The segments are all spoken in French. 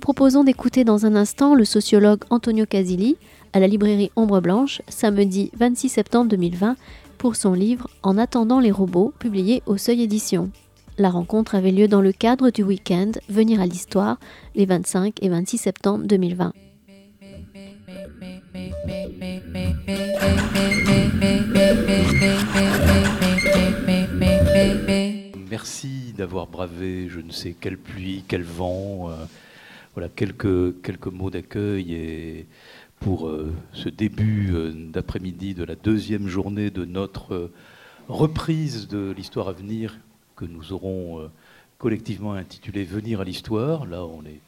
proposons d'écouter dans un instant le sociologue Antonio Casilli à la librairie Ombre Blanche, samedi 26 septembre 2020, pour son livre « En attendant les robots », publié au Seuil Éditions. La rencontre avait lieu dans le cadre du week-end « Venir à l'Histoire » les 25 et 26 septembre 2020. Merci d'avoir bravé je ne sais quelle pluie, quel vent. Voilà quelques mots d'accueil et pour ce début d'après-midi de la deuxième journée de notre reprise de l'histoire à venir que nous aurons collectivement intitulée « Venir à l'Histoire ». Là,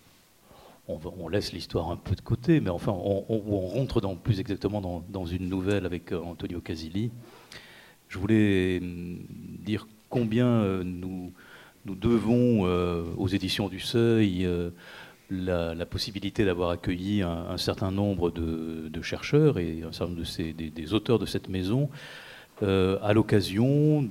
on laisse l'histoire un peu de côté, mais enfin, on rentre plus exactement dans une nouvelle avec Antonio Casilli. Je voulais dire combien nous devons aux éditions du Seuil la possibilité d'avoir accueilli un certain nombre de chercheurs et un certain nombre des auteurs de cette maison à l'occasion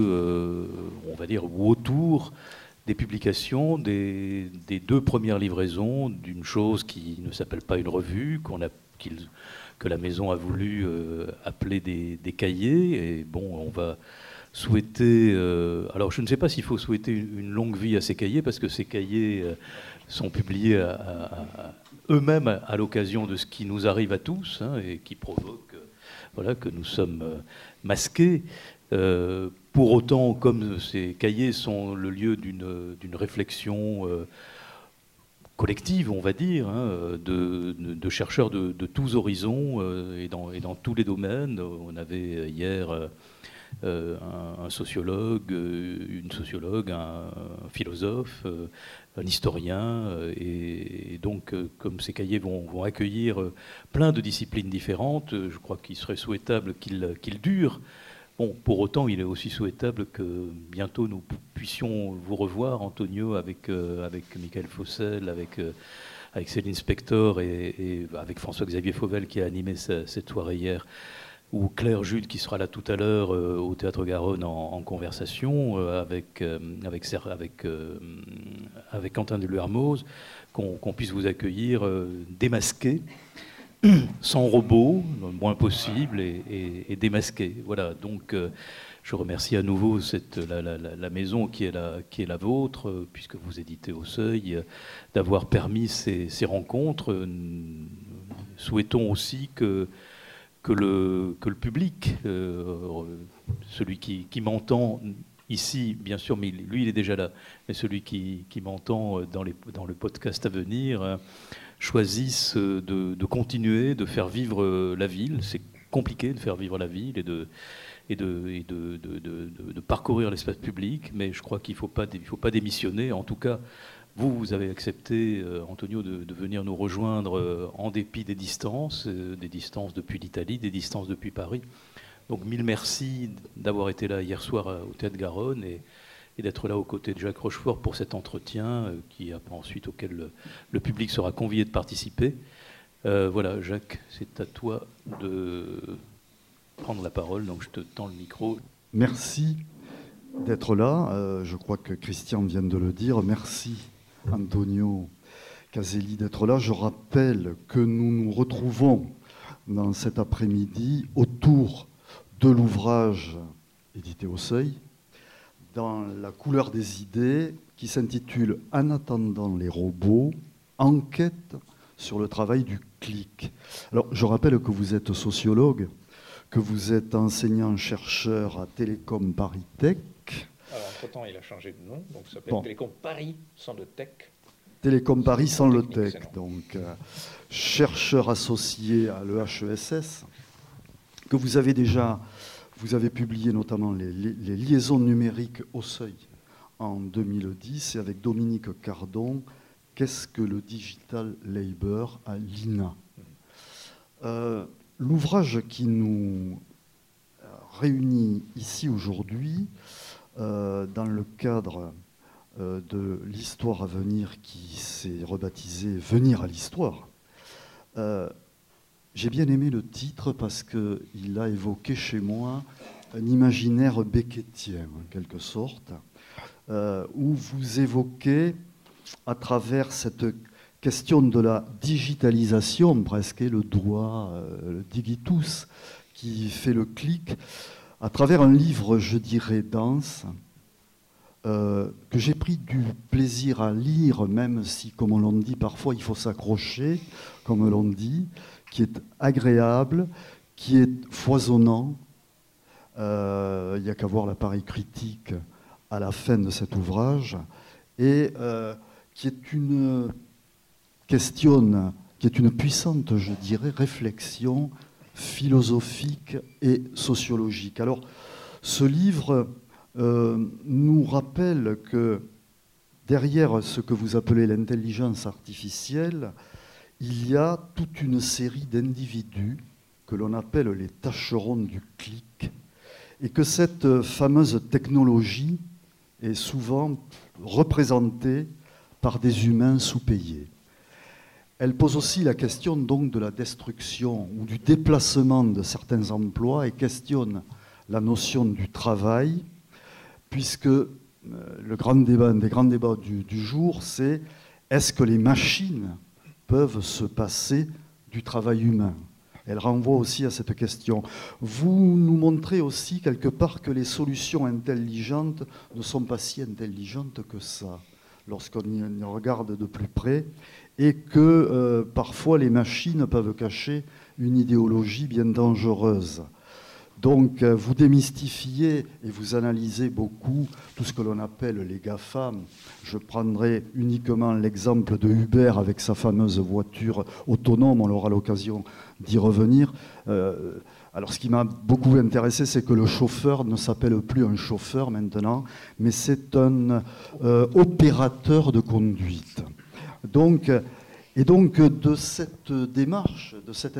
on va dire, ou autour des publications des deux premières livraisons d'une chose qui ne s'appelle pas une revue, que la maison a voulu appeler des cahiers. Et bon, on va souhaiter... alors, je ne sais pas s'il faut souhaiter une longue vie à ces cahiers, parce que ces cahiers sont publiés eux-mêmes à l'occasion de ce qui nous arrive à tous, hein, et qui provoque que nous sommes masqués. Pour autant, comme ces cahiers sont le lieu d'une réflexion collective, on va dire, hein, de chercheurs de tous horizons et dans tous les domaines. On avait hier un sociologue, une sociologue, un philosophe, un historien, et donc comme ces cahiers vont accueillir plein de disciplines différentes, je crois qu'il serait souhaitable qu'ils durent. Bon, pour autant, il est aussi souhaitable que bientôt nous puissions vous revoir, Antonio, avec Michael Fossel, avec Céline Spector et avec François-Xavier Fauvel qui a animé cette soirée hier, ou Claire Jules qui sera là tout à l'heure au Théâtre Garonne en conversation avec Quentin Deluermoz, qu'on puisse vous accueillir démasqué, sans robot, le moins possible, et démasqué. Voilà, donc je remercie à nouveau la maison qui est la vôtre, puisque vous éditez au Seuil, d'avoir permis ces rencontres. Souhaitons aussi que le public, celui qui m'entend ici, bien sûr, mais lui il est déjà là, mais celui qui m'entend dans le podcast à venir, choisissent de continuer, de faire vivre la ville. C'est compliqué de faire vivre la ville et de parcourir l'espace public, mais je crois qu'il ne faut pas démissionner. En tout cas, vous avez accepté, Antonio, de venir nous rejoindre en dépit des distances depuis l'Italie, des distances depuis Paris. Donc mille merci d'avoir été là hier soir au Théâtre Garonne et d'être là aux côtés de Jacques Rochefort pour cet entretien auquel le public sera convié de participer. Voilà, Jacques, c'est à toi de prendre la parole, donc je te tends le micro. Merci d'être là. Je crois que Christian vient de le dire. Merci, Antonio Casilli, d'être là. Je rappelle que nous nous retrouvons dans cet après-midi autour de l'ouvrage édité au Seuil, dans la couleur des idées, qui s'intitule « En attendant les robots, enquête sur le travail du clic ». Alors, je rappelle que vous êtes sociologue, que vous êtes enseignant-chercheur à Télécom Paris Tech. Alors, entre-temps, il a changé de nom, donc ça s'appelle Télécom Paris sans le tech. Télécom Paris sans le tech, donc chercheur associé à l'EHESS, que vous avez publié notamment les liaisons numériques au Seuil en 2010, et avec Dominique Cardon, qu'est-ce que le digital labor à l'INA. L'ouvrage qui nous réunit ici aujourd'hui, dans le cadre de l'histoire à venir qui s'est rebaptisé « Venir à l'Histoire », j'ai bien aimé le titre parce qu'il a évoqué chez moi un imaginaire beckettien, en quelque sorte, où vous évoquez, à travers cette question de la digitalisation presque, et le doigt, le digitus, qui fait le clic, à travers un livre, je dirais, dense, que j'ai pris du plaisir à lire, même si, comme on l'on dit, parfois il faut s'accrocher, comme l'on dit, qui est agréable, qui est foisonnant. Il n'y a qu'à voir l'appareil critique à la fin de cet ouvrage, et qui est une puissante, je dirais, réflexion philosophique et sociologique. Alors, ce livre nous rappelle que derrière ce que vous appelez l'intelligence artificielle, il y a toute une série d'individus que l'on appelle les tâcherons du clic, et que cette fameuse technologie est souvent représentée par des humains sous-payés. Elle pose aussi la question donc de la destruction ou du déplacement de certains emplois et questionne la notion du travail, puisque le grand débat, un des grands débats du jour, c'est est-ce que les machines peuvent se passer du travail humain ? Elle renvoie aussi à cette question. Vous nous montrez aussi quelque part que les solutions intelligentes ne sont pas si intelligentes que ça, lorsqu'on y regarde de plus près, et que parfois les machines peuvent cacher une idéologie bien dangereuse. Donc vous démystifiez et vous analysez beaucoup tout ce que l'on appelle les GAFAM. Je prendrai uniquement l'exemple de Uber avec sa fameuse voiture autonome, on aura l'occasion d'y revenir. Alors ce qui m'a beaucoup intéressé, c'est que le chauffeur ne s'appelle plus un chauffeur maintenant, mais c'est un opérateur de conduite. Donc de cette démarche, de cette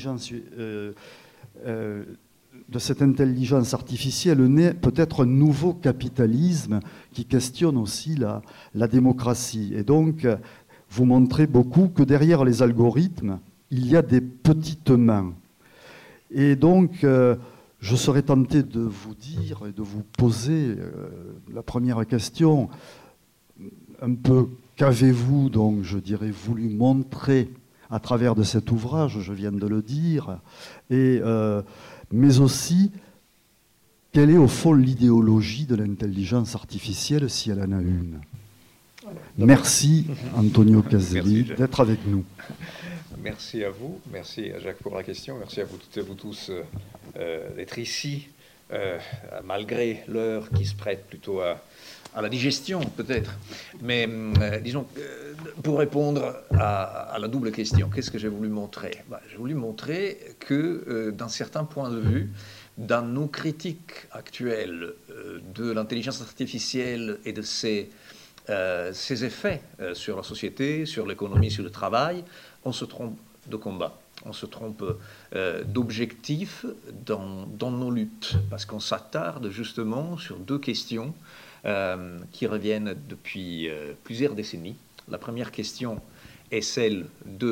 intelligence artificielle naît peut-être un nouveau capitalisme qui questionne aussi la démocratie. Et donc, vous montrez beaucoup que derrière les algorithmes, il y a des petites mains. Et donc, je serais tenté de vous dire et de vous poser la première question, un peu qu'avez-vous donc, je dirais, voulu montrer à travers de cet ouvrage, je viens de le dire, mais aussi, quelle est au fond l'idéologie de l'intelligence artificielle, si elle en a une ? Merci, Antonio Caselli, d'être avec nous. Merci à vous, merci à Jacques pour la question, merci à vous toutes et vous tous d'être ici, malgré l'heure qui se prête plutôt à la digestion, peut-être. Mais disons, pour répondre à la double question, qu'est-ce que j'ai voulu montrer ? J'ai voulu montrer que, d'un certain point de vue, dans nos critiques actuelles de l'intelligence artificielle et de ses effets sur la société, sur l'économie, sur le travail, on se trompe de combat. On se trompe d'objectif dans nos luttes, parce qu'on s'attarde justement sur deux questions qui reviennent depuis plusieurs décennies. La première question est celle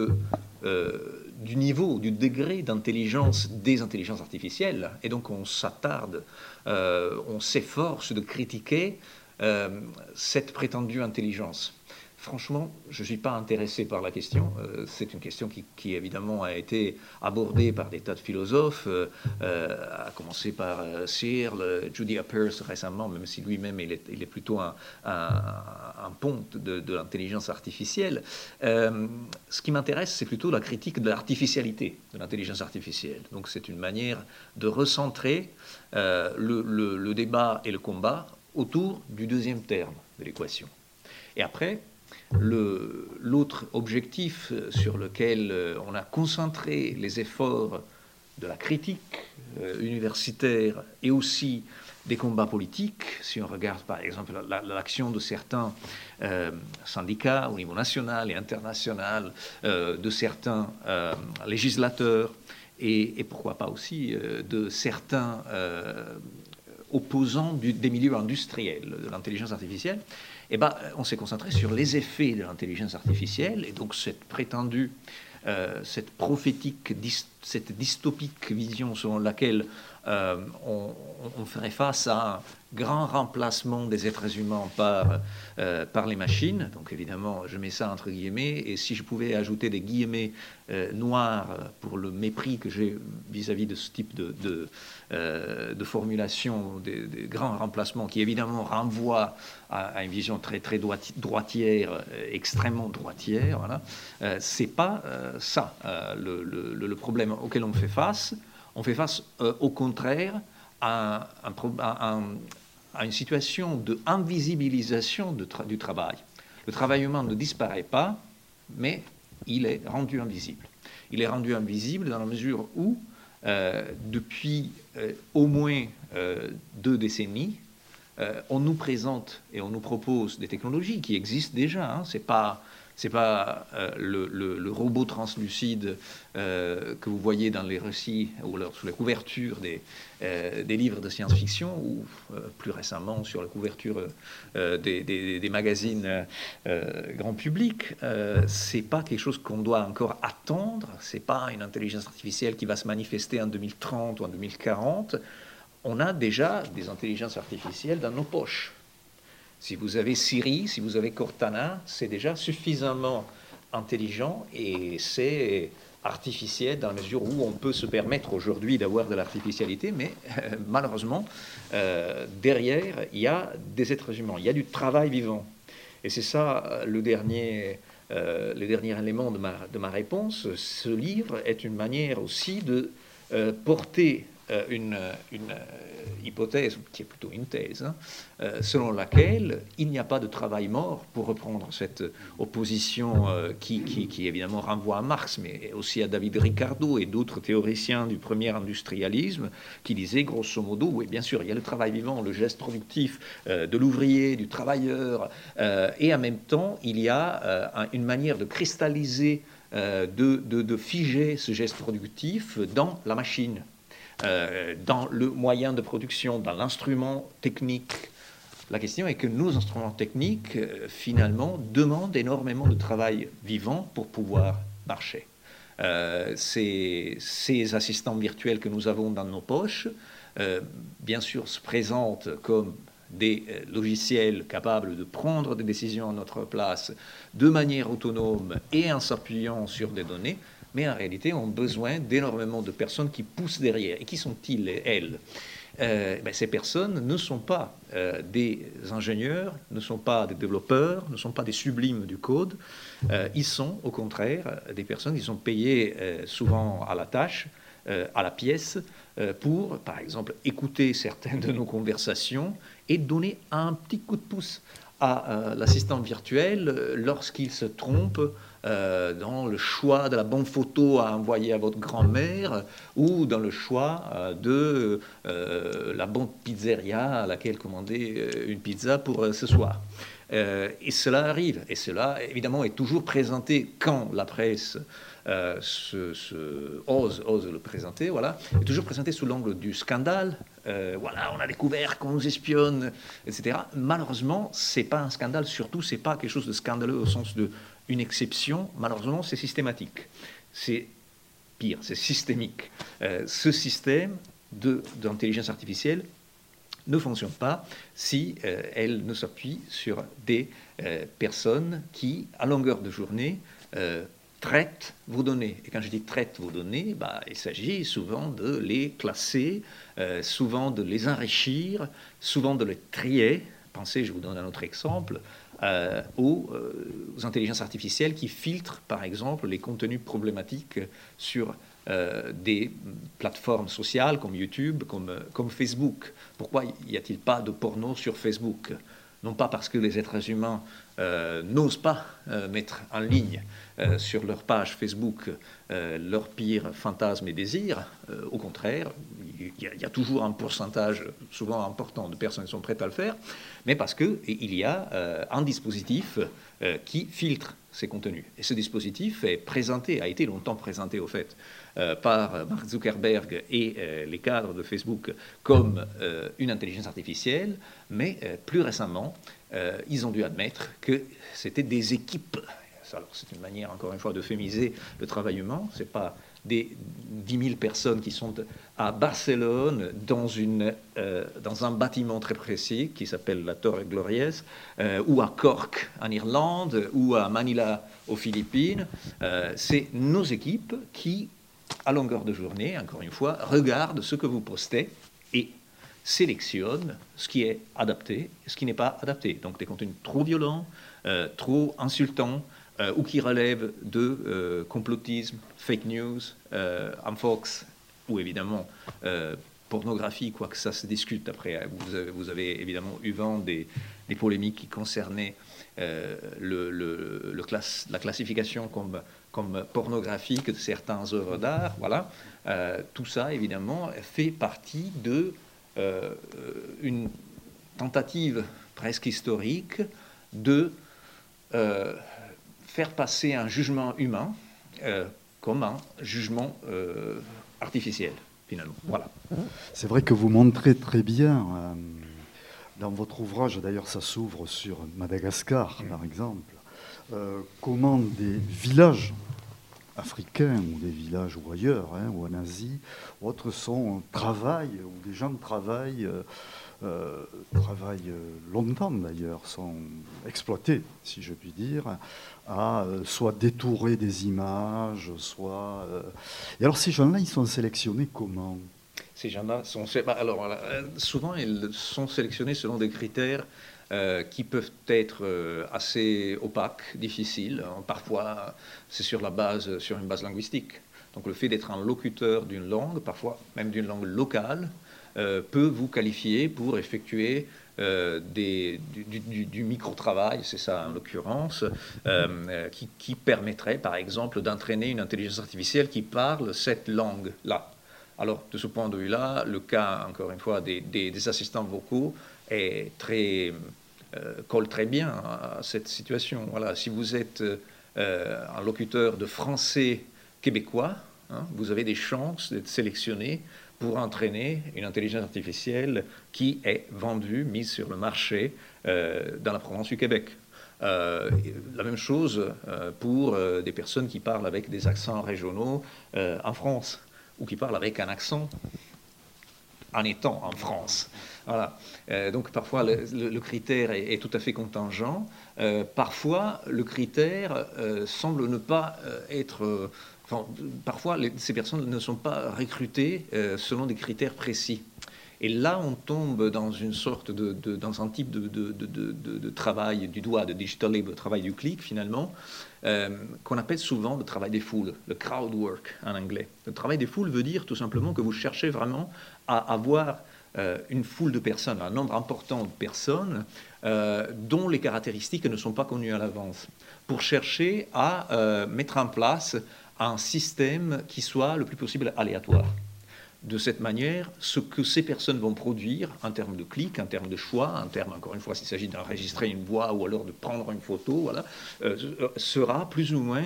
du niveau, du degré d'intelligence des intelligences artificielles. Et donc on s'attarde, on s'efforce de critiquer cette prétendue intelligence. Franchement, je ne suis pas intéressé par la question. C'est une question qui évidemment a été abordée par des tas de philosophes, à commencer par Searle, Judea Peirce récemment, même si lui-même il est plutôt un ponte de l'intelligence artificielle. Ce qui m'intéresse, c'est plutôt la critique de l'artificialité de l'intelligence artificielle. Donc c'est une manière de recentrer le débat et le combat autour du deuxième terme de l'équation. Et après, l'autre objectif sur lequel on a concentré les efforts de la critique universitaire et aussi des combats politiques, si on regarde par exemple l'action de certains syndicats au niveau national et international, de certains législateurs et pourquoi pas aussi de certains opposants des milieux industriels de l'intelligence artificielle, on s'est concentré sur les effets de l'intelligence artificielle et donc cette prétendue, cette prophétique, cette dystopique vision selon laquelle on ferait face à un grand remplacement des êtres humains par les machines. Donc évidemment, je mets ça entre guillemets, et si je pouvais ajouter des guillemets noirs pour le mépris que j'ai vis-à-vis de ce type de formulation des grands remplacements, qui évidemment renvoient à une vision très, très droitière, extrêmement droitière, voilà. C'est pas ça le problème auquel on fait face. On fait face, au contraire, à une situation d'invisibilisation du travail. Le travail humain ne disparaît pas, mais il est rendu invisible. Il est rendu invisible dans la mesure où, depuis au moins 2 décennies, on nous présente et on nous propose des technologies qui existent déjà. Hein. C'est pas le robot translucide que vous voyez dans les récits ou sur la couverture des livres de science-fiction, ou plus récemment sur la couverture des magazines grand public. C'est pas quelque chose qu'on doit encore attendre. C'est pas une intelligence artificielle qui va se manifester en 2030 ou en 2040. On a déjà des intelligences artificielles dans nos poches. Si vous avez Siri, si vous avez Cortana, c'est déjà suffisamment intelligent et c'est artificiel dans la mesure où on peut se permettre aujourd'hui d'avoir de l'artificialité, mais malheureusement, derrière, il y a des êtres humains, il y a du travail vivant. Et c'est ça le dernier élément de ma réponse. Ce livre est une manière aussi de porter une hypothèse, qui est plutôt une thèse, selon laquelle il n'y a pas de travail mort, pour reprendre cette opposition qui évidemment renvoie à Marx, mais aussi à David Ricardo et d'autres théoriciens du premier industrialisme, qui disaient grosso modo, oui, bien sûr, il y a le travail vivant, le geste productif de l'ouvrier, du travailleur, et en même temps, il y a une manière de cristalliser, de figer ce geste productif dans la machine. Dans le moyen de production, dans l'instrument technique. La question est que nos instruments techniques, finalement, demandent énormément de travail vivant pour pouvoir marcher. Ces assistants virtuels que nous avons dans nos poches, bien sûr, se présentent comme des logiciels capables de prendre des décisions à notre place de manière autonome et en s'appuyant sur des données, mais en réalité ont besoin d'énormément de personnes qui poussent derrière. Et qui sont-ils, elles ? Ces personnes ne sont pas des ingénieurs, ne sont pas des développeurs, ne sont pas des sublimes du code. Ils sont, au contraire, des personnes qui sont payées souvent à la tâche, à la pièce, pour, par exemple, écouter certaines de nos conversations et donner un petit coup de pouce à l'assistant virtuel lorsqu'il se trompe dans le choix de la bonne photo à envoyer à votre grand-mère ou dans le choix de la bonne pizzeria à laquelle commander une pizza pour ce soir. Et cela arrive. Et cela, évidemment, est toujours présenté quand la presse ose le présenter, voilà, est toujours présenté sous l'angle du scandale. Voilà, on a découvert qu'on nous espionne, etc. Malheureusement, c'est pas un scandale. Surtout, c'est pas quelque chose de scandaleux au sens de une exception. Malheureusement, c'est systématique. C'est pire, c'est systémique. Ce système d'intelligence artificielle ne fonctionne pas si elle ne s'appuie sur des personnes qui, à longueur de journée, traitent vos données. Et quand je dis traite vos données, il s'agit souvent de les classer, souvent de les enrichir, souvent de les trier. Pensez, je vous donne un autre exemple, aux intelligences artificielles qui filtrent, par exemple, les contenus problématiques sur des plateformes sociales comme YouTube, comme Facebook. Pourquoi y a-t-il pas de porno sur Facebook ? Non pas parce que les êtres humains n'osent pas mettre en ligne sur leur page Facebook leurs pires fantasmes et désirs. Au contraire, il y a toujours un pourcentage souvent important de personnes qui sont prêtes à le faire, mais parce qu'il y a un dispositif qui filtre ces contenus. Et ce dispositif a été longtemps présenté au fait par Mark Zuckerberg et les cadres de Facebook comme une intelligence artificielle, mais plus récemment, ils ont dû admettre que c'était des équipes. Alors, c'est une manière, encore une fois, d'euphémiser le travail humain. Ce n'est pas des 10 000 personnes qui sont à Barcelone dans un bâtiment très précis qui s'appelle la Torre Gloriès, ou à Cork en Irlande, ou à Manila aux Philippines. C'est nos équipes qui, à longueur de journée, encore une fois, regardent ce que vous postez et sélectionnent ce qui est adapté et ce qui n'est pas adapté. Donc des contenus trop violents, trop insultants, ou qui relèvent de complotisme, fake news, infox, ou évidemment pornographie, quoique ça se discute après. Vous avez évidemment eu vent des polémiques qui concernaient la classification comme pornographique de certaines œuvres d'art. Voilà. Tout ça, évidemment, fait partie de une tentative presque historique de faire passer un jugement humain comme un jugement artificiel, finalement. Voilà. C'est vrai que vous montrez très bien, dans votre ouvrage, d'ailleurs ça s'ouvre sur Madagascar, par exemple, comment des villages africains ou des villages ou ailleurs, ou en Asie, ou autres travaillent, ou des gens travaillent longtemps d'ailleurs, sont exploités, si je puis dire, à soit détourer des images, soit... Et alors ces gens-là, ils sont sélectionnés comment ? Ces gens-là sont... Alors, souvent, ils sont sélectionnés selon des critères qui peuvent être assez opaques, difficiles. Parfois, c'est sur une base linguistique. Donc le fait d'être un locuteur d'une langue, parfois même d'une langue locale, peut vous qualifier pour effectuer du micro-travail, c'est ça en l'occurrence, qui permettrait par exemple d'entraîner une intelligence artificielle qui parle cette langue-là. Alors de ce point de vue-là, le cas encore une fois des assistants vocaux colle très bien à cette situation. Voilà, si vous êtes un locuteur de français québécois, vous avez des chances d'être sélectionné pour entraîner une intelligence artificielle qui est vendue, mise sur le marché dans la province du Québec. La même chose pour des personnes qui parlent avec des accents régionaux en France, ou qui parlent avec un accent en étant en France. Voilà. Donc parfois le critère est tout à fait contingent. Parfois le critère semble ne pas être... parfois ces personnes ne sont pas recrutées selon des critères précis. Et là, on tombe dans une sorte dans un type de travail du doigt, de digital labor, travail du clic finalement, qu'on appelle souvent le travail des foules, le crowd work en anglais. Le travail des foules veut dire tout simplement que vous cherchez vraiment à avoir une foule de personnes, un nombre important de personnes dont les caractéristiques ne sont pas connues à l'avance, pour chercher à mettre en place un système qui soit le plus possible aléatoire. De cette manière, ce que ces personnes vont produire en termes de clics, en termes de choix, en termes, encore une fois, s'il s'agit d'enregistrer une voix ou alors de prendre une photo, voilà, sera plus ou moins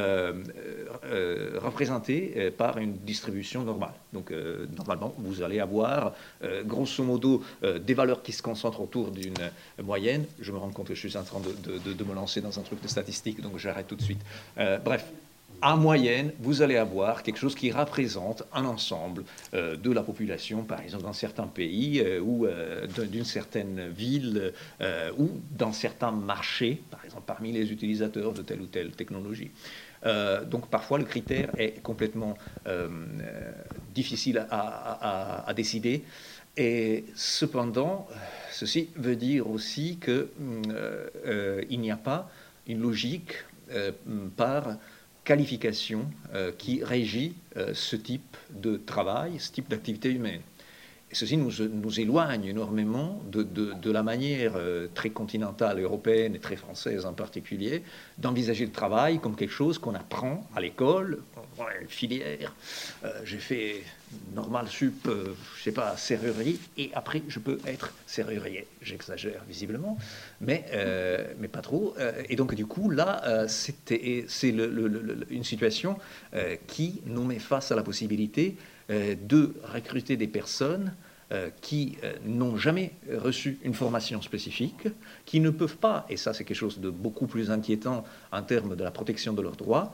représenté par une distribution normale. Donc, normalement, vous allez avoir, grosso modo, des valeurs qui se concentrent autour d'une moyenne. Je me rends compte que je suis en train de me lancer dans un truc de statistique, donc j'arrête tout de suite. Bref. En moyenne, vous allez avoir quelque chose qui représente un ensemble de la population, par exemple dans certains pays ou d'une certaine ville ou dans certains marchés, par exemple parmi les utilisateurs de telle ou telle technologie. Donc parfois le critère est complètement difficile à décider. Et cependant, ceci veut dire aussi qu'il n'y a pas une logique par qualification qui régit ce type de travail, ce type d'activité humaine. Et ceci nous éloigne énormément de la manière très continentale européenne et très française en particulier d'envisager le travail comme quelque chose qu'on apprend à l'école, une filière. J'ai fait normal sup, je sais pas, serrurerie, et après je peux être serrurier. J'exagère visiblement, mais pas trop. Et donc du coup là, c'est une situation qui nous met face à la possibilité de recruter des personnes qui n'ont jamais reçu une formation spécifique, qui ne peuvent pas, et ça c'est quelque chose de beaucoup plus inquiétant en termes de la protection de leurs droits,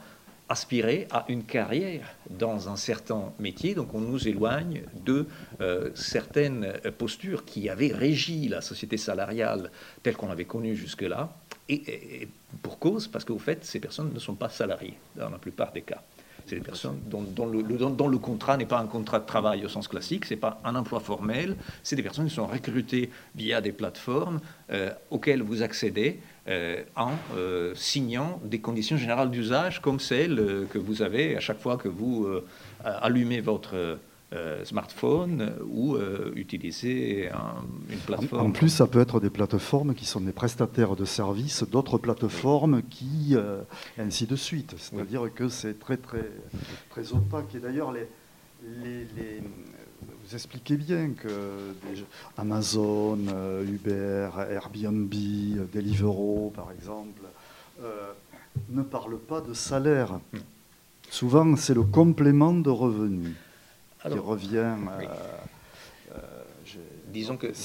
aspirer à une carrière dans un certain métier. Donc on nous éloigne de certaines postures qui avaient régi la société salariale telle qu'on l'avait connue jusque-là, et pour cause, parce qu'au fait, ces personnes ne sont pas salariées dans la plupart des cas. C'est des personnes dont le contrat n'est pas un contrat de travail au sens classique, ce n'est pas un emploi formel, c'est des personnes qui sont recrutées via des plateformes auxquelles vous accédez en signant des conditions générales d'usage comme celles que vous avez à chaque fois que vous allumez votre smartphone ou utilisez une plateforme. En plus, ça peut être des plateformes qui sont des prestataires de services, d'autres plateformes qui, et ainsi de suite. C'est-à-dire que c'est très, très, très opaque. Et d'ailleurs, vous expliquez bien que Amazon, Uber, Airbnb, Deliveroo, par exemple, ne parlent pas de salaire. Souvent, c'est le complément de revenus qui revient. Oui. Disons que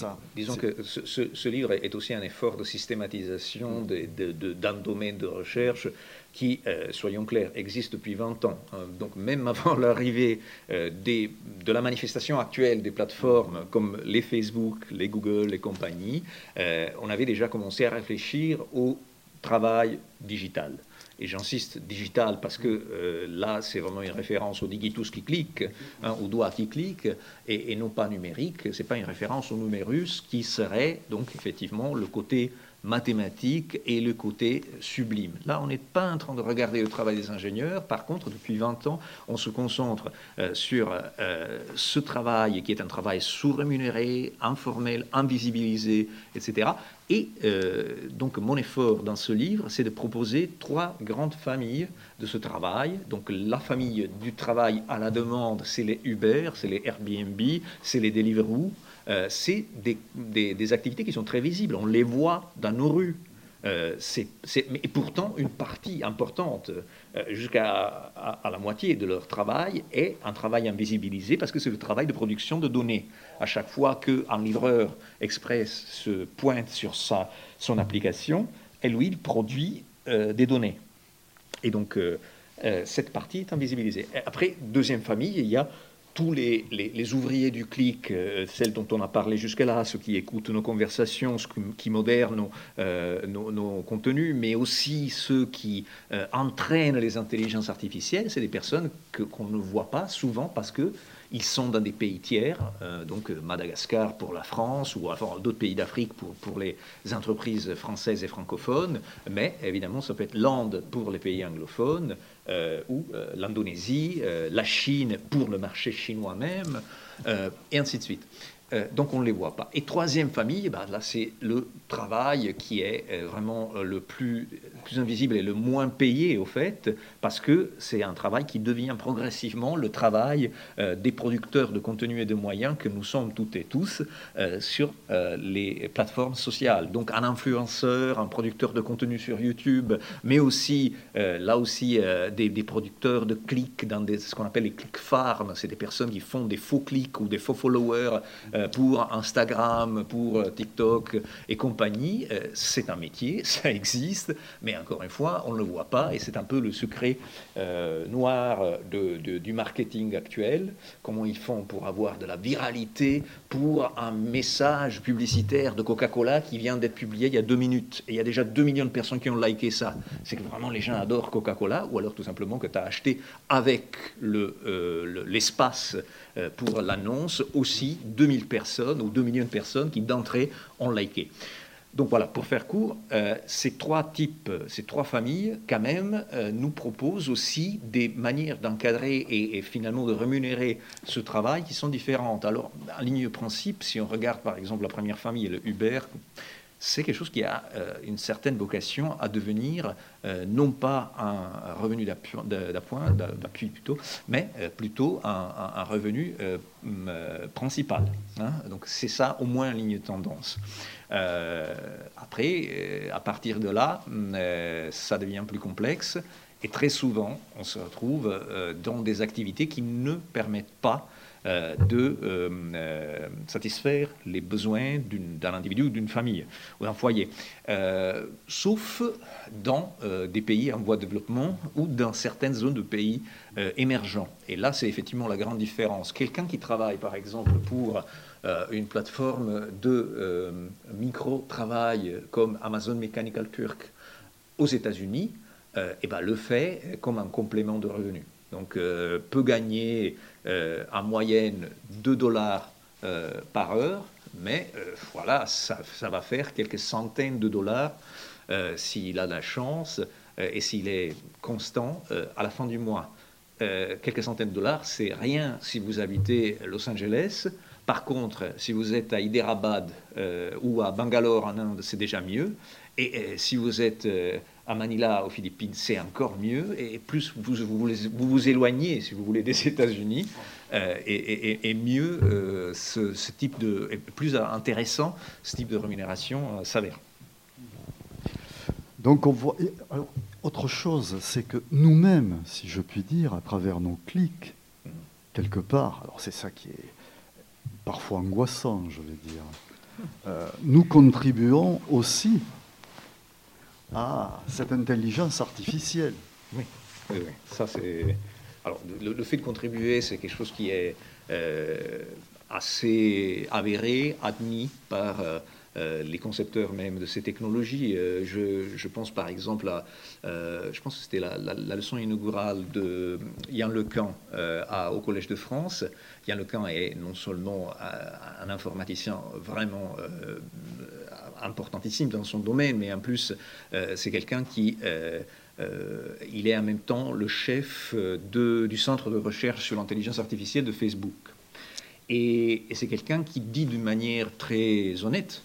ce livre est aussi un effort de systématisation d'un domaine de recherche qui, soyons clairs, existe depuis 20 ans. Donc même avant l'arrivée de la manifestation actuelle des plateformes comme les Facebook, les Google et compagnie, on avait déjà commencé à réfléchir au travail digital. Et j'insiste digital parce que là, c'est vraiment une référence au digitus qui clique, au doigt qui clique, et non pas numérique. Ce n'est pas une référence au numérus qui serait donc effectivement le côté mathématique et le côté sublime. Là, on n'est pas en train de regarder le travail des ingénieurs. Par contre, depuis 20 ans, on se concentre sur ce travail qui est un travail sous-rémunéré, informel, invisibilisé, etc. Et donc, mon effort dans ce livre, c'est de proposer 3 grandes familles de ce travail. Donc, la famille du travail à la demande, c'est les Uber, c'est les Airbnb, c'est les Deliveroo. C'est des activités qui sont très visibles. On les voit dans nos rues. Mais pourtant, une partie importante, jusqu'à la moitié de leur travail, est un travail invisibilisé parce que c'est le travail de production de données. À chaque fois qu'un livreur express se pointe sur son application, lui, il produit des données. Et donc, cette partie est invisibilisée. Après, deuxième famille, il y a tous les ouvriers du clic, celles dont on a parlé jusque-là, ceux qui écoutent nos conversations, ceux qui modèrent nos contenus, mais aussi ceux qui entraînent les intelligences artificielles, c'est des personnes qu'on ne voit pas souvent parce qu'ils sont dans des pays tiers, donc Madagascar pour la France, ou enfin, d'autres pays d'Afrique pour les entreprises françaises et francophones, mais évidemment ça peut être l'Inde pour les pays anglophones, ou l'Indonésie, la Chine pour le marché chinois même, et ainsi de suite. Donc on ne les voit pas. Et troisième famille, là c'est le travail qui est vraiment le plus invisible et le moins payé au fait, parce que c'est un travail qui devient progressivement le travail des producteurs de contenu et de moyens que nous sommes toutes et tous sur les plateformes sociales. Donc un influenceur, un producteur de contenu sur YouTube, mais aussi là aussi des producteurs de clics dans ce qu'on appelle les click farms. C'est des personnes qui font des faux clics ou des faux followers pour Instagram, pour TikTok et compagnie. C'est un métier, ça existe, mais encore une fois, on ne le voit pas, et c'est un peu le secret noir du marketing actuel. Comment ils font pour avoir de la viralité pour un message publicitaire de Coca-Cola qui vient d'être publié il y a 2 minutes, et il y a déjà 2 millions de personnes qui ont liké ça. C'est que vraiment les gens adorent Coca-Cola, ou alors tout simplement que tu as acheté avec l'espace pour l'annonce aussi 2000 personnes ou 2 millions de personnes qui d'entrée ont liké. Donc voilà, pour faire court, ces 3 familles, quand même, nous proposent aussi des manières d'encadrer et finalement de rémunérer ce travail qui sont différentes. Alors, en ligne de principe, si on regarde par exemple la première famille, le Uber, c'est quelque chose qui a une certaine vocation à devenir non pas un revenu d'appui plutôt, mais plutôt un revenu principal. Hein. Donc c'est ça au moins en ligne de tendance. Après, à partir de là, ça devient plus complexe, et très souvent, on se retrouve dans des activités qui ne permettent pas de satisfaire les besoins d'un individu ou d'une famille ou d'un foyer, sauf dans des pays en voie de développement ou dans certaines zones de pays émergents. Et là, c'est effectivement la grande différence. Quelqu'un qui travaille, par exemple, pour une plateforme de micro-travail comme Amazon Mechanical Turk aux États-Unis, le fait comme un complément de revenu. Donc, peut gagner en moyenne $2 par heure, mais voilà, ça va faire quelques centaines de dollars s'il a de la chance et s'il est constant à la fin du mois. Quelques centaines de dollars, c'est rien si vous habitez Los Angeles. Par contre, si vous êtes à Hyderabad ou à Bangalore en Inde, c'est déjà mieux. Et si vous êtes à Manila aux Philippines, c'est encore mieux. Et plus vous éloignez, si vous voulez, des États-Unis, et mieux ce type de, et plus intéressant, ce type de rémunération s'avère. Donc on voit. Alors, autre chose, c'est que nous-mêmes, si je puis dire, à travers nos clics, quelque part, alors c'est ça qui est parfois angoissant, je vais dire, nous contribuons aussi à cette intelligence artificielle. Oui. Ça c'est. Alors le fait de contribuer, c'est quelque chose qui est assez avéré, admis par les concepteurs même de ces technologies. Je pense par exemple à, je pense que c'était la leçon inaugurale de Yann Lequin au Collège de France. Yann Lequin est non seulement un informaticien vraiment importantissime dans son domaine, mais en plus c'est quelqu'un qui il est en même temps le chef du centre de recherche sur l'intelligence artificielle de Facebook. Et c'est quelqu'un qui dit d'une manière très honnête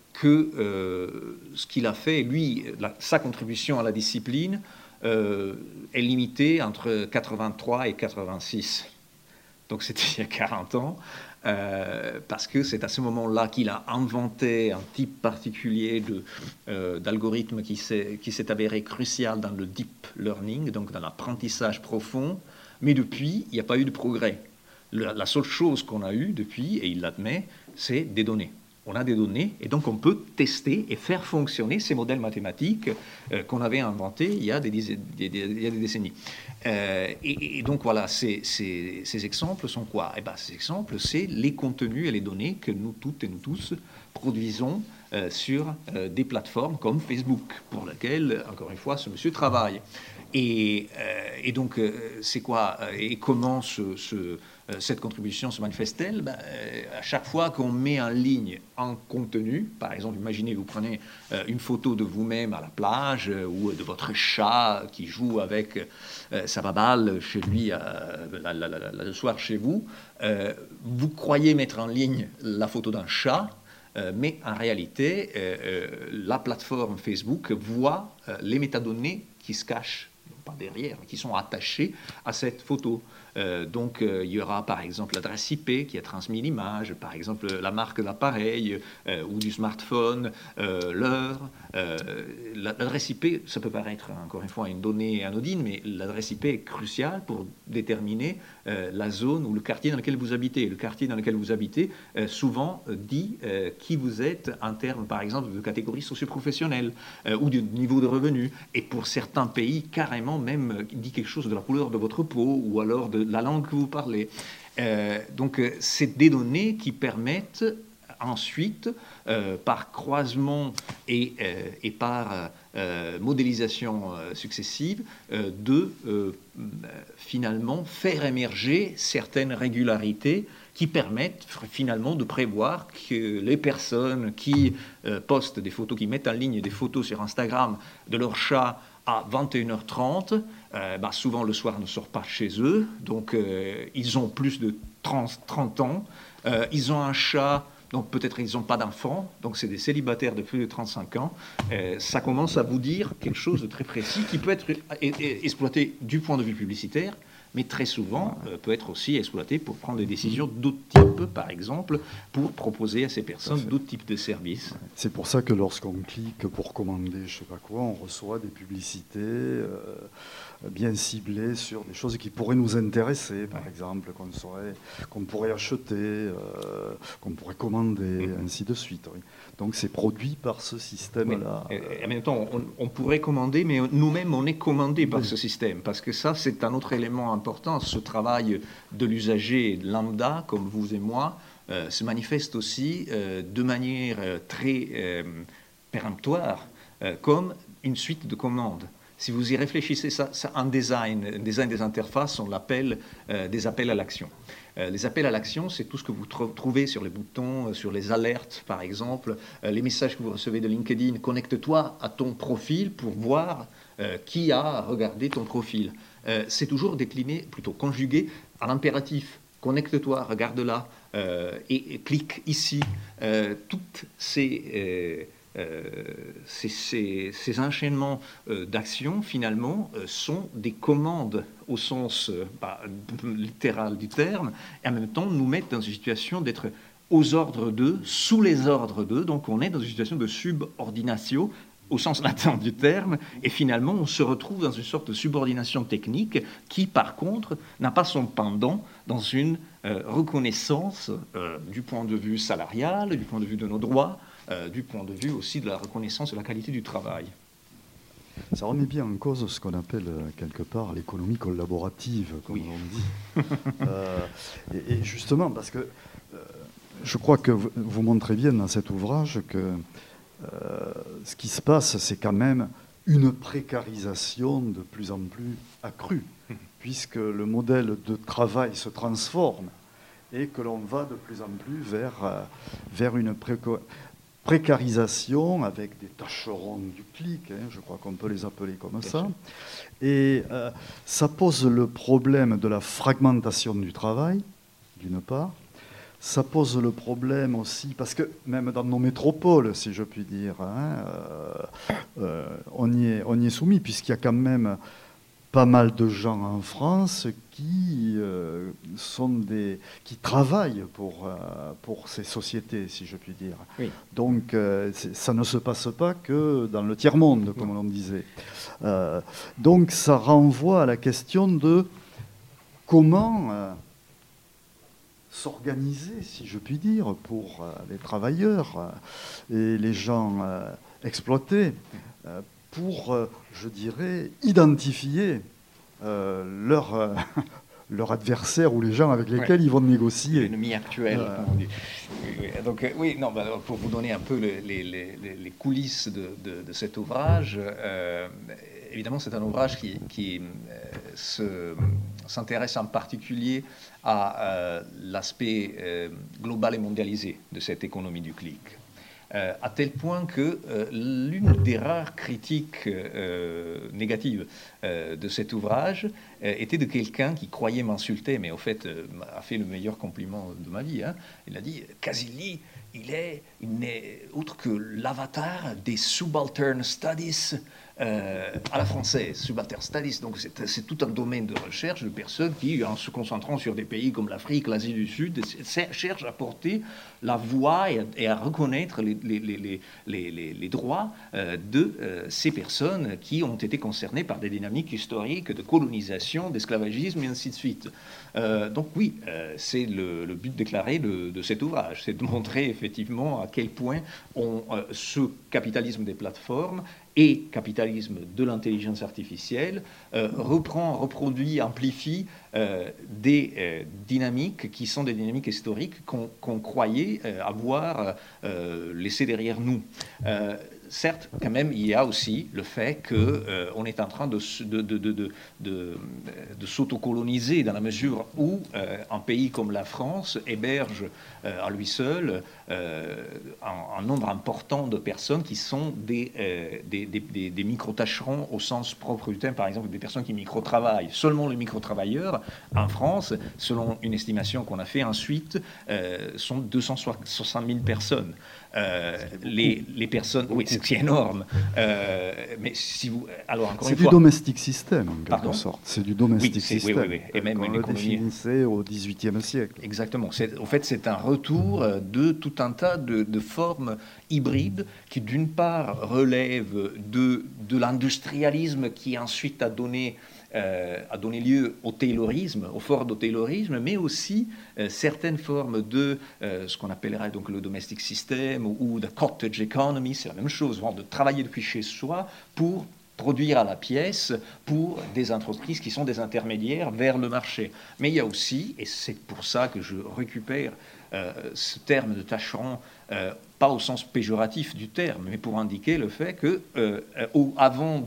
que ce qu'il a fait, lui, sa contribution à la discipline est limitée entre 83 et 86. Donc c'était il y a 40 ans, parce que c'est à ce moment-là qu'il a inventé un type particulier d'algorithme qui s'est avéré crucial dans le deep learning, donc dans l'apprentissage profond. Mais depuis, il n'y a pas eu de progrès. La seule chose qu'on a eue depuis, et il l'admet, c'est des données. On a des données et donc on peut tester et faire fonctionner ces modèles mathématiques qu'on avait inventés il y a des décennies. Et donc voilà, ces exemples sont quoi ? Ces exemples, c'est les contenus et les données que nous toutes et nous tous produisons sur des plateformes comme Facebook, pour lesquelles, encore une fois, ce monsieur travaille. Et donc, c'est quoi ? Et comment cette contribution se manifeste-t-elle ? À chaque fois qu'on met en ligne un contenu, par exemple, imaginez, vous prenez une photo de vous-même à la plage ou de votre chat qui joue avec sa baballe chez lui le soir chez vous, vous croyez mettre en ligne la photo d'un chat, mais en réalité, la plateforme Facebook voit les métadonnées qui se cachent, pas derrière, qui sont attachés à cette photo. Donc, il y aura par exemple l'adresse IP qui a transmis l'image, par exemple la marque d'appareil ou du smartphone, l'heure. L'adresse IP, ça peut paraître encore une fois une donnée anodine, mais l'adresse IP est cruciale pour déterminer la zone ou le quartier dans lequel vous habitez. Le quartier dans lequel vous habitez souvent dit qui vous êtes en termes, par exemple, de catégorie socio-professionnelle ou du niveau de revenu. Et pour certains pays, carrément même dit quelque chose de la couleur de votre peau ou alors de la langue que vous parlez. Donc, c'est des données qui permettent ensuite, par croisement et par modélisation successive, de finalement faire émerger certaines régularités qui permettent finalement de prévoir que les personnes qui postent des photos, qui mettent en ligne des photos sur Instagram de leur chat à 21h30, souvent le soir ne sort pas chez eux, donc ils ont plus de 30 ans, ils ont un chat, donc peut-être ils n'ont pas d'enfants, donc c'est des célibataires de plus de 35 ans, ça commence à vous dire quelque chose de très précis qui peut être exploité du point de vue publicitaire, mais très souvent peut être aussi exploité pour prendre des décisions d'autres types, par exemple, pour proposer à ces personnes d'autres types de services. C'est pour ça que lorsqu'on clique pour commander je ne sais pas quoi, on reçoit des publicités bien ciblées sur des choses qui pourraient nous intéresser, par exemple, qu'on pourrait acheter, qu'on pourrait commander, ainsi de suite. Oui. Donc c'est produit par ce système-là. Et en même temps, on pourrait commander, mais nous-mêmes, on est commandé par ce système, parce que ça, c'est un autre élément important. Ce travail de l'usager lambda, comme vous et moi, se manifeste aussi de manière très péremptoire, comme une suite de commandes. Si vous y réfléchissez, ça un design des interfaces, on l'appelle des appels à l'action. Les appels à l'action, c'est tout ce que vous trouvez sur les boutons, sur les alertes, par exemple, les messages que vous recevez de LinkedIn. Connecte-toi à ton profil pour voir qui a regardé ton profil. C'est toujours décliné, plutôt conjugué à l'impératif. Connecte-toi, regarde-la et clique ici. Toutes ces enchaînements d'actions, finalement, sont des commandes au sens littéral du terme, et en même temps nous mettent dans une situation d'être aux ordres d'eux, sous les ordres d'eux, donc on est dans une situation de subordination au sens latin du terme, et finalement on se retrouve dans une sorte de subordination technique qui, par contre, n'a pas son pendant dans une reconnaissance du point de vue salarial, du point de vue de nos droits, du point de vue aussi de la reconnaissance de la qualité du travail. Ça remet bien en cause ce qu'on appelle quelque part l'économie collaborative, comme on dit. Et justement, parce que je crois que vous montrez bien dans cet ouvrage que ce qui se passe, c'est quand même une précarisation de plus en plus accrue, puisque le modèle de travail se transforme et que l'on va de plus en plus vers une précarisation avec des tâcherons du clic, je crois qu'on peut les appeler comme ça. Et ça pose le problème de la fragmentation du travail, d'une part. Ça pose le problème aussi, parce que même dans nos métropoles, si je puis dire, on y est soumis, puisqu'il y a quand même pas mal de gens en France qui travaillent pour ces sociétés, si je puis dire. Oui. Donc ça ne se passe pas que dans le tiers-monde, comme l'on disait. Donc ça renvoie à la question de comment s'organiser, si je puis dire, pour les travailleurs et les gens exploités, pour, je dirais, identifier leur adversaire ou les gens avec lesquels ils vont négocier. L'ennemi actuel. Donc, pour vous donner un peu les coulisses de cet ouvrage, évidemment, c'est un ouvrage qui s'intéresse en particulier à l'aspect global et mondialisé de cette économie du clic. À tel point que l'une des rares critiques négatives de cet ouvrage était de quelqu'un qui croyait m'insulter, mais au fait a fait le meilleur compliment de ma vie. Il a dit « Casilli, il n'est autre que l'avatar des subaltern studies à la française, subaltern studies. Donc c'est tout un domaine de recherche de personnes qui, en se concentrant sur des pays comme l'Afrique, l'Asie du Sud, cherchent à porter la voix et à reconnaître les droits de ces personnes qui ont été concernées par des dynamiques historiques de colonisation, d'esclavagisme et ainsi de suite. Donc oui, c'est le but déclaré de cet ouvrage, c'est de montrer effectivement à quel point ce capitalisme des plateformes et capitalisme de l'intelligence artificielle reproduit, amplifie des dynamiques qui sont des dynamiques historiques qu'on croyait avoir laissées derrière nous. Certes, quand même, il y a aussi le fait qu'on est en train de s'autocoloniser dans la mesure où un pays comme la France héberge à lui seul un nombre important de personnes qui sont des des micro-tâcherons au sens propre du terme, par exemple des personnes qui micro-travaillent. Seulement les micro-travailleurs, en France, selon une estimation qu'on a fait ensuite, sont 260 000 personnes. Les personnes, oui, c'est énorme. Mais si vous, alors encore une fois, c'est du domestic system, en Pardon quelque sorte. C'est du domestic system. Oui. Et même on le définissait au XVIIIe siècle. Exactement. En fait, c'est un retour de tout un tas de formes hybrides qui, d'une part, relèvent de l'industrialisme qui ensuite a donné lieu au taylorisme, au Ford au taylorisme, mais aussi certaines formes de ce qu'on appellerait donc le domestic system ou the cottage economy, c'est la même chose, de travailler depuis chez soi pour produire à la pièce pour des entreprises qui sont des intermédiaires vers le marché. Mais il y a aussi, et c'est pour ça que je récupère ce terme de tâcheron, pas au sens péjoratif du terme, mais pour indiquer le fait que avant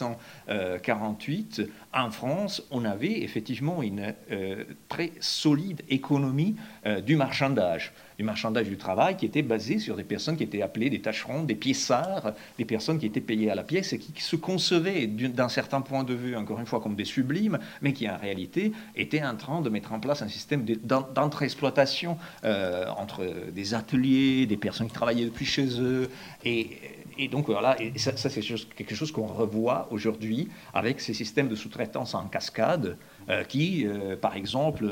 1848, en France, on avait effectivement une très solide économie du marchandage du travail qui était basée sur des personnes qui étaient appelées des tâcherons, des piéçards, des personnes qui étaient payées à la pièce et qui se concevaient d'un certain point de vue, encore une fois, comme des sublimes, mais qui en réalité étaient en train de mettre en place un système d'entre-exploitation entre des ateliers, des personnes qui travaillaient depuis chez eux, et donc voilà, et ça c'est quelque chose qu'on revoit aujourd'hui avec ces systèmes de sous-traitance en cascade qui, par exemple,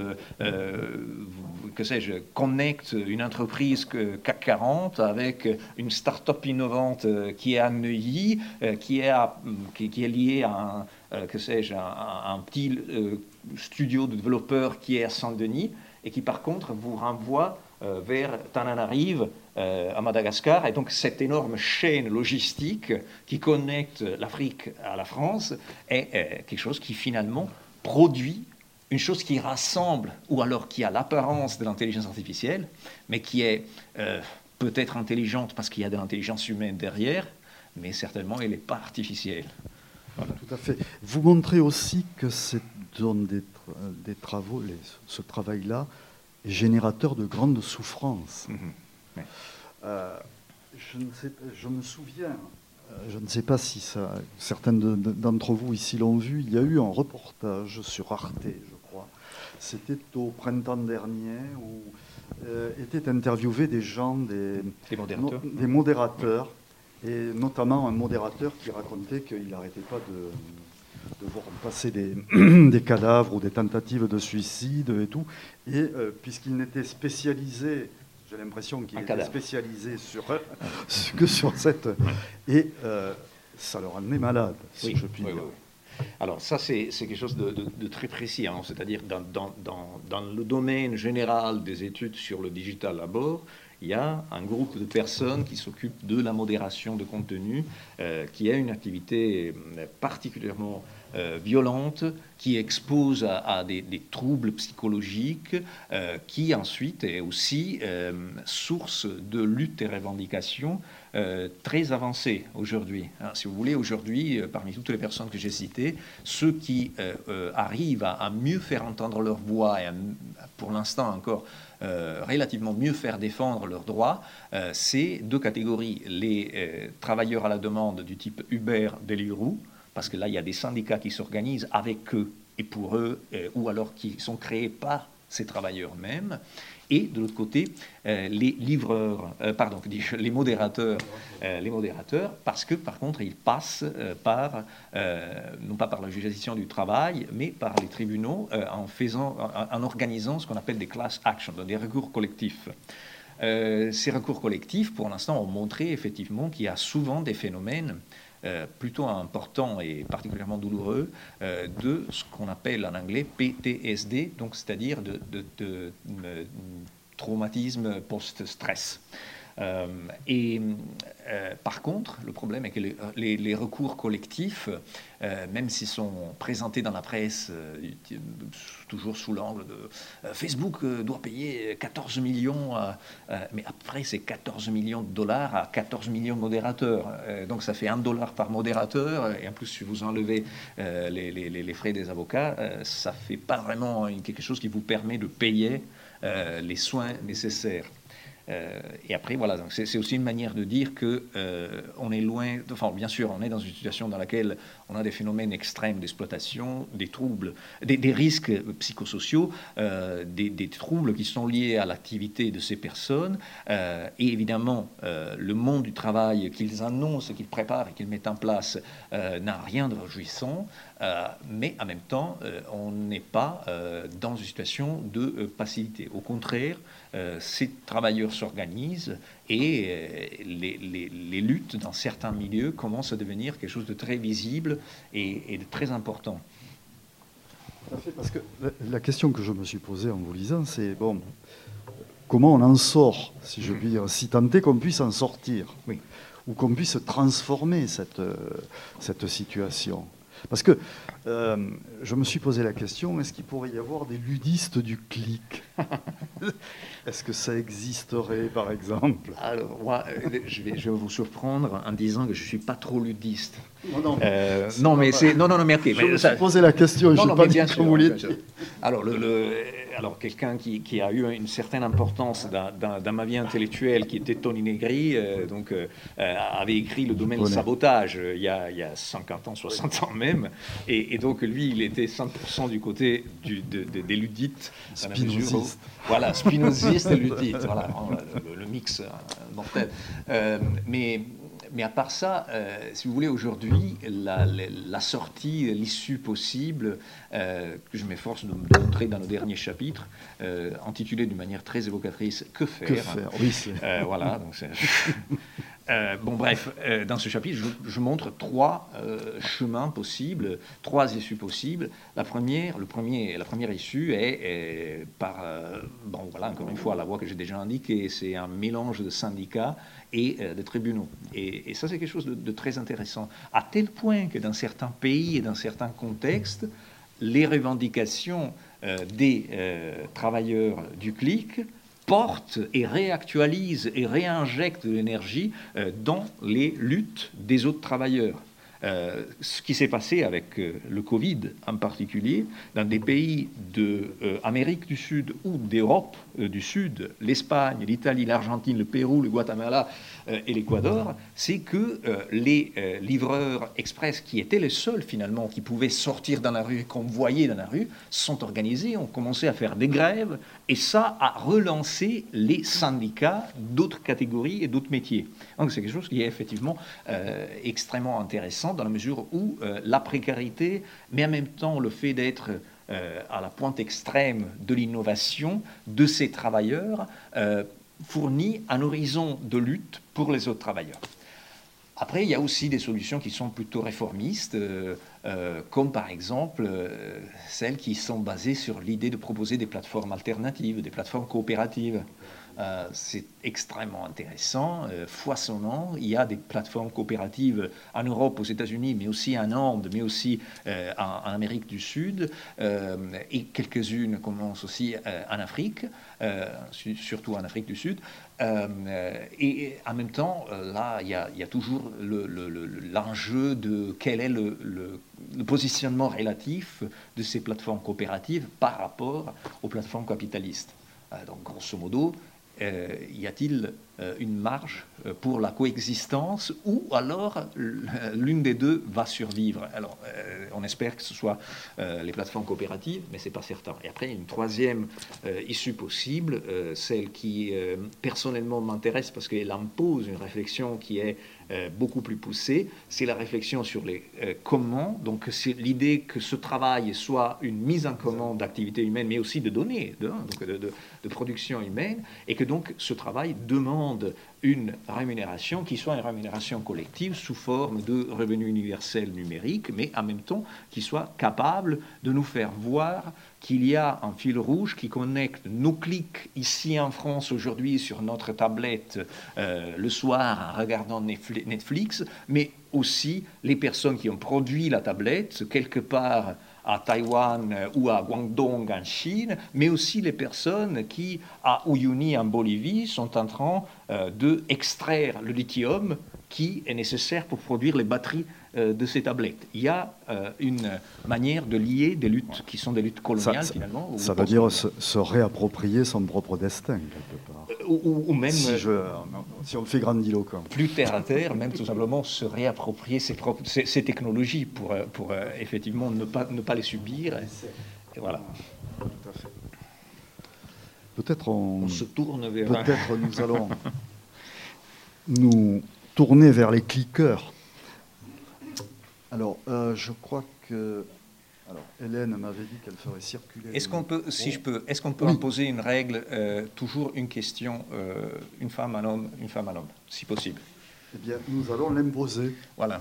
que sais-je, connectent une entreprise CAC 40 avec une start-up innovante qui est à Neuilly, qui est liée à un petit studio de développeurs qui est à Saint-Denis et qui, par contre, vous renvoie vers Tananarive, à Madagascar. Et donc cette énorme chaîne logistique qui connecte l'Afrique à la France est quelque chose qui finalement produit une chose qui rassemble, ou alors qui a l'apparence de l'intelligence artificielle, mais qui est peut-être intelligente parce qu'il y a de l'intelligence humaine derrière, mais certainement elle n'est pas artificielle. Voilà. Tout à fait. Vous montrez aussi que c'est dans des travaux, ce travail-là, est générateur de grandes souffrances. Oui. Je me souviens, je ne sais pas si certains d'entre vous ici l'ont vu, il y a eu un reportage sur Arte, je crois. C'était au printemps dernier où étaient interviewés des gens, des modérateurs, et notamment un modérateur qui racontait qu'il n'arrêtait pas de voir passer des cadavres ou des tentatives de suicide et tout. Et puisqu'il n'était spécialisé, j'ai l'impression qu'il était spécialisé que sur cette... Et ça le rendait malade, si je puis dire. Oui. Alors ça, c'est quelque chose de très précis. Hein. C'est-à-dire dans le domaine général des études sur le digital labor, il y a un groupe de personnes qui s'occupent de la modération de contenu, qui a une activité particulièrement violente, qui expose à des troubles psychologiques, qui ensuite est aussi source de lutte et revendications très avancées aujourd'hui. Hein, si vous voulez, aujourd'hui, parmi toutes les personnes que j'ai citées, ceux qui arrivent à mieux faire entendre leur voix et pour l'instant encore relativement mieux faire défendre leurs droits, c'est deux catégories. Les travailleurs à la demande du type Uber, Deliveroo, parce que là, il y a des syndicats qui s'organisent avec eux et pour eux, ou alors qui sont créés par ces travailleurs mêmes. Et de l'autre côté, les modérateurs, parce que par contre, ils passent non pas par la juridiction du travail, mais par les tribunaux en organisant ce qu'on appelle des class actions, des recours collectifs. Ces recours collectifs, pour l'instant, ont montré effectivement qu'il y a souvent des phénomènes plutôt importants et particulièrement douloureux de ce qu'on appelle en anglais PTSD, donc c'est-à-dire de traumatisme post-stress. Par contre, le problème est que les recours collectifs, même s'ils sont présentés dans la presse, toujours sous l'angle de Facebook doit payer 14 millions, mais après c'est 14 millions de dollars à 14 millions de modérateurs. Donc ça fait $1 par modérateur, et en plus si vous enlevez les frais des avocats, ça ne fait pas vraiment quelque chose qui vous permet de payer les soins nécessaires. Et après, voilà, donc c'est aussi une manière de dire que on est loin, enfin, bien sûr, on est dans une situation dans laquelle on a des phénomènes extrêmes d'exploitation, des troubles, des risques psychosociaux, des troubles qui sont liés à l'activité de ces personnes, et évidemment, le monde du travail qu'ils annoncent, qu'ils préparent et qu'ils mettent en place n'a rien de réjouissant, mais en même temps, on n'est pas dans une situation de passivité. Au contraire, ces travailleurs s'organisent et les luttes dans certains milieux commencent à devenir quelque chose de très visible et de très important. Parce que la question que je me suis posée en vous lisant, c'est bon, comment on en sort, si je puis dire, si tant est qu'on puisse en sortir, oui, ou qu'on puisse transformer cette situation. Parce que je me suis posé la question, est-ce qu'il pourrait y avoir des ludistes du clic? Est-ce que ça existerait, par exemple? Alors, moi, je vais vous surprendre en disant que je ne suis pas trop ludiste. Non, mais ok. Je me suis posé la question, je n'ai pas dit que vous vouliez. Alors, quelqu'un qui a eu une certaine importance dans ma vie intellectuelle, qui était Tony Negri, avait écrit Le domaine du sabotage il y a 50 ans, 60 ans même. Et donc, lui, il était 100% du côté des ludites. Spinoziste. Voilà, spinoziste et ludite. Voilà, le mix mortel. Mais à part ça, si vous voulez, aujourd'hui, la sortie, l'issue possible, que je m'efforce de montrer dans le dernier chapitre, intitulé d'une manière très évocatrice « Que faire ?» Oui, voilà, donc c'est... dans ce chapitre, je montre trois chemins possibles, trois issues possibles. La première issue est par, encore une fois, la voie que j'ai déjà indiquée, c'est un mélange de syndicats et de tribunaux. Et ça, c'est quelque chose de très intéressant, à tel point que dans certains pays et dans certains contextes, les revendications des travailleurs du clic portent et réactualisent et réinjectent de l'énergie dans les luttes des autres travailleurs. Ce qui s'est passé avec le Covid en particulier, dans des pays d'Amérique du Sud ou d'Europe du Sud, l'Espagne, l'Italie, l'Argentine, le Pérou, le Guatemala et l'Équateur, c'est que les livreurs express, qui étaient les seuls finalement qui pouvaient sortir dans la rue, qu'on voyait dans la rue, sont organisés, ont commencé à faire des grèves, et ça a relancé les syndicats d'autres catégories et d'autres métiers. Donc c'est quelque chose qui est effectivement extrêmement intéressant, dans la mesure où la précarité, mais en même temps le fait d'être à la pointe extrême de l'innovation de ces travailleurs fournit un horizon de lutte pour les autres travailleurs. Après, il y a aussi des solutions qui sont plutôt réformistes, comme par exemple celles qui sont basées sur l'idée de proposer des plateformes alternatives, des plateformes coopératives. C'est extrêmement intéressant, foisonnant. Il y a des plateformes coopératives en Europe, aux États-Unis, mais aussi en Inde, mais aussi en Amérique du Sud, et quelques-unes commencent aussi en Afrique, surtout en Afrique du Sud. Et en même temps, là, il y a toujours l'enjeu de quel est le positionnement relatif de ces plateformes coopératives par rapport aux plateformes capitalistes. Donc, grosso modo, y a-t-il une marge pour la coexistence, ou alors l'une des deux va survivre? Alors, on espère que ce soit les plateformes coopératives, mais ce n'est pas certain. Et après, une troisième issue possible, celle qui personnellement m'intéresse parce qu'elle impose une réflexion qui est beaucoup plus poussée, c'est la réflexion sur les comment. Donc, c'est l'idée que ce travail soit une mise en commun d'activités humaines, mais aussi de données, de production humaine, et que donc ce travail demande une rémunération qui soit une rémunération collective sous forme de revenu universel numérique, mais en même temps qui soit capable de nous faire voir qu'il y a un fil rouge qui connecte nos clics ici en France aujourd'hui sur notre tablette le soir en regardant Netflix, mais aussi les personnes qui ont produit la tablette quelque part à Taïwan ou à Guangdong en Chine, mais aussi les personnes qui, à Uyuni en Bolivie, sont en train d'extraire le lithium qui est nécessaire pour produire les batteries de ces tablettes. Il y a une manière de lier des luttes qui sont des luttes coloniales, finalement. Ça veut dire se réapproprier son propre destin, quelque part. Ou même, si on le fait grandiloquent. Plus terre à terre, même tout simplement se réapproprier ces technologies pour effectivement ne pas les subir. Et voilà. Tout à fait. Peut-être on se tourne vers... Peut-être nous allons nous tourner vers les cliqueurs. Alors, je crois que... Alors, Hélène m'avait dit qu'elle ferait circuler... Est-ce qu'on peut, est-ce qu'on peut imposer une règle, toujours une question, une femme, un homme, si possible? Eh bien, nous allons l'imposer. Voilà.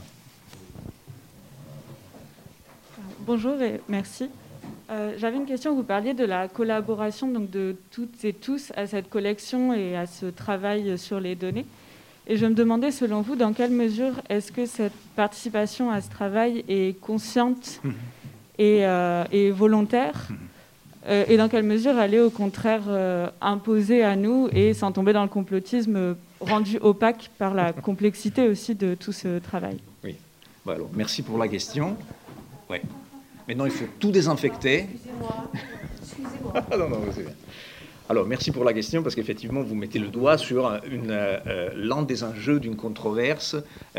Bonjour et merci. J'avais une question, vous parliez de la collaboration donc de toutes et tous à cette collection et à ce travail sur les données. Et je me demandais, selon vous, dans quelle mesure est-ce que cette participation à ce travail est consciente et volontaire et dans quelle mesure elle est au contraire imposée à nous et sans tomber dans le complotisme rendu opaque par la complexité aussi de tout ce travail. Oui. Bon, alors, merci pour la question. Ouais. Maintenant, il faut tout désinfecter. Excusez-moi. Non, c'est bien. Alors, merci pour la question, parce qu'effectivement, vous mettez le doigt sur l'un des enjeux d'une controverse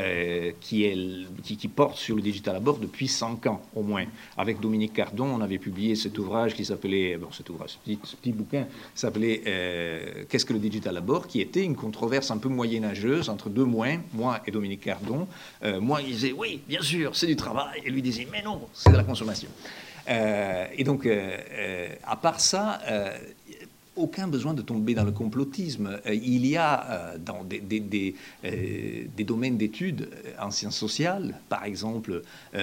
qui porte sur le Digital Abort depuis 5 ans, au moins. Avec Dominique Cardon, on avait publié cet ouvrage qui s'appelait, ce petit bouquin s'appelait Qu'est-ce que le Digital Abort, qui était une controverse un peu moyenâgeuse entre deux moi et Dominique Cardon. Moi, il disait, oui, bien sûr, c'est du travail, et lui disait, mais non, c'est de la consommation. Et donc, à part ça... aucun besoin de tomber dans le complotisme. Il y a dans des domaines d'études en sciences sociales, par exemple,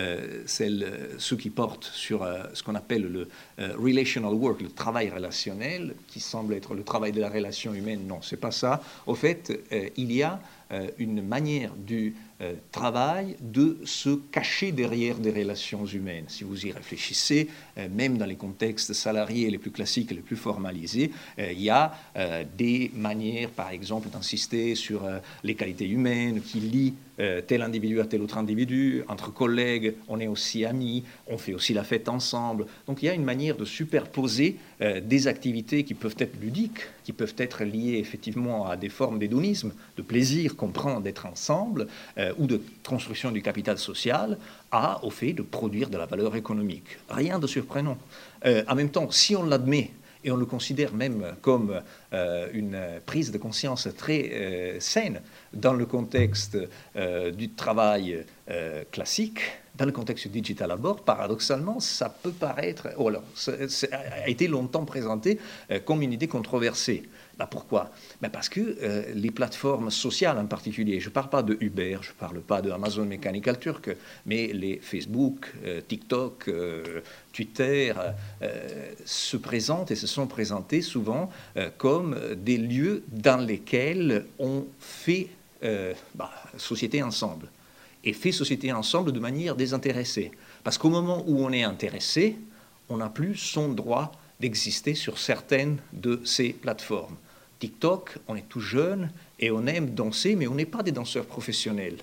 ceux qui portent sur ce qu'on appelle le relational work, le travail relationnel, qui semble être le travail de la relation humaine. Non, c'est pas ça. Au fait, il y a une manière du travail de se cacher derrière des relations humaines. Si vous y réfléchissez, même dans les contextes salariés les plus classiques et les plus formalisés, il y a des manières, par exemple, d'insister sur les qualités humaines qui lient tel individu à tel autre individu. Entre collègues, on est aussi amis, on fait aussi la fête ensemble. Donc il y a une manière de superposer des activités qui peuvent être ludiques, qui peuvent être liées effectivement à des formes d'hédonisme, de plaisir qu'on prend d'être ensemble, ou de construction du capital social, au fait de produire de la valeur économique. Rien de surprenant. En même temps, si on l'admet, et on le considère même comme une prise de conscience très saine dans le contexte du travail classique, dans le contexte du Digital Abort, paradoxalement, ça peut paraître... ça a été longtemps présenté comme une idée controversée. Pourquoi ? Parce que les plateformes sociales en particulier, je ne parle pas de Uber, je ne parle pas de Amazon Mechanical Turk, mais les Facebook, TikTok, Twitter se présentent et se sont présentés souvent comme des lieux dans lesquels on fait société ensemble. Et fait société ensemble de manière désintéressée. Parce qu'au moment où on est intéressé, on n'a plus son droit d'exister sur certaines de ces plateformes. TikTok, on est tout jeune et on aime danser, mais on n'est pas des danseurs professionnels.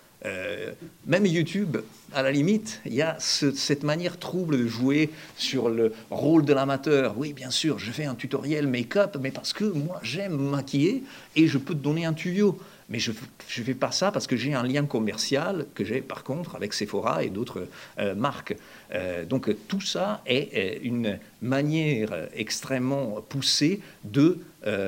Même YouTube, à la limite, il y a cette manière trouble de jouer sur le rôle de l'amateur. Oui, bien sûr, je fais un tutoriel make-up, mais parce que moi, j'aime me maquiller et je peux te donner un tuyau. Mais je ne fais pas ça parce que j'ai un lien commercial que j'ai par contre avec Sephora et d'autres marques. Donc tout ça est une manière extrêmement poussée de,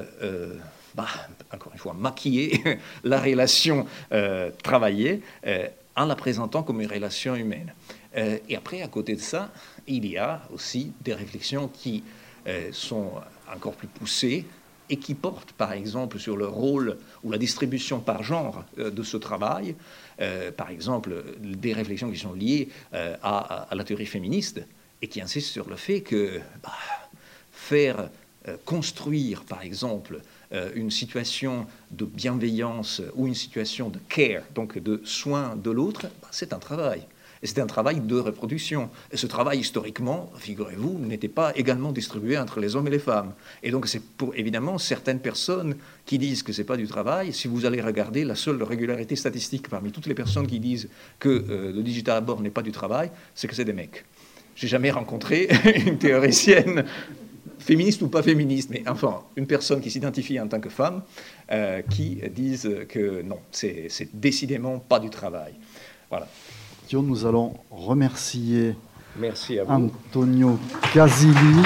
encore une fois, maquiller la relation travaillée en la présentant comme une relation humaine. Et après, à côté de ça, il y a aussi des réflexions qui sont encore plus poussées, et qui portent, par exemple, sur le rôle ou la distribution par genre de ce travail, par exemple, des réflexions qui sont liées à la théorie féministe et qui insistent sur le fait que faire construire, par exemple, une situation de bienveillance ou une situation de care, donc de soin de l'autre, c'est un travail. Et c'était un travail de reproduction. Et ce travail, historiquement, figurez-vous, n'était pas également distribué entre les hommes et les femmes. Et donc c'est pour, évidemment, certaines personnes qui disent que ce n'est pas du travail. Si vous allez regarder la seule régularité statistique parmi toutes les personnes qui disent que le digital à bord n'est pas du travail, c'est que c'est des mecs. J'ai jamais rencontré une théoricienne féministe ou pas féministe, mais enfin, une personne qui s'identifie en tant que femme, qui disent que non, c'est décidément pas du travail. Voilà. Nous allons remercier Merci à vous. Antonio Casilli.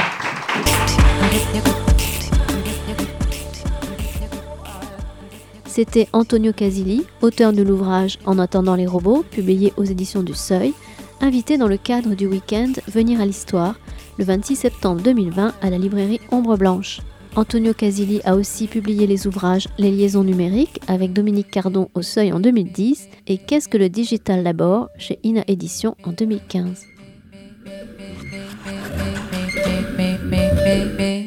C'était Antonio Casilli, auteur de l'ouvrage En attendant les robots, publié aux éditions du Seuil, invité dans le cadre du week-end Venir à l'Histoire, le 26 septembre 2020 à la librairie Ombre Blanche. Antonio Casilli a aussi publié les ouvrages Les liaisons numériques avec Dominique Cardon au Seuil en 2010 et Qu'est-ce que le digital d'abord chez INA Éditions en 2015.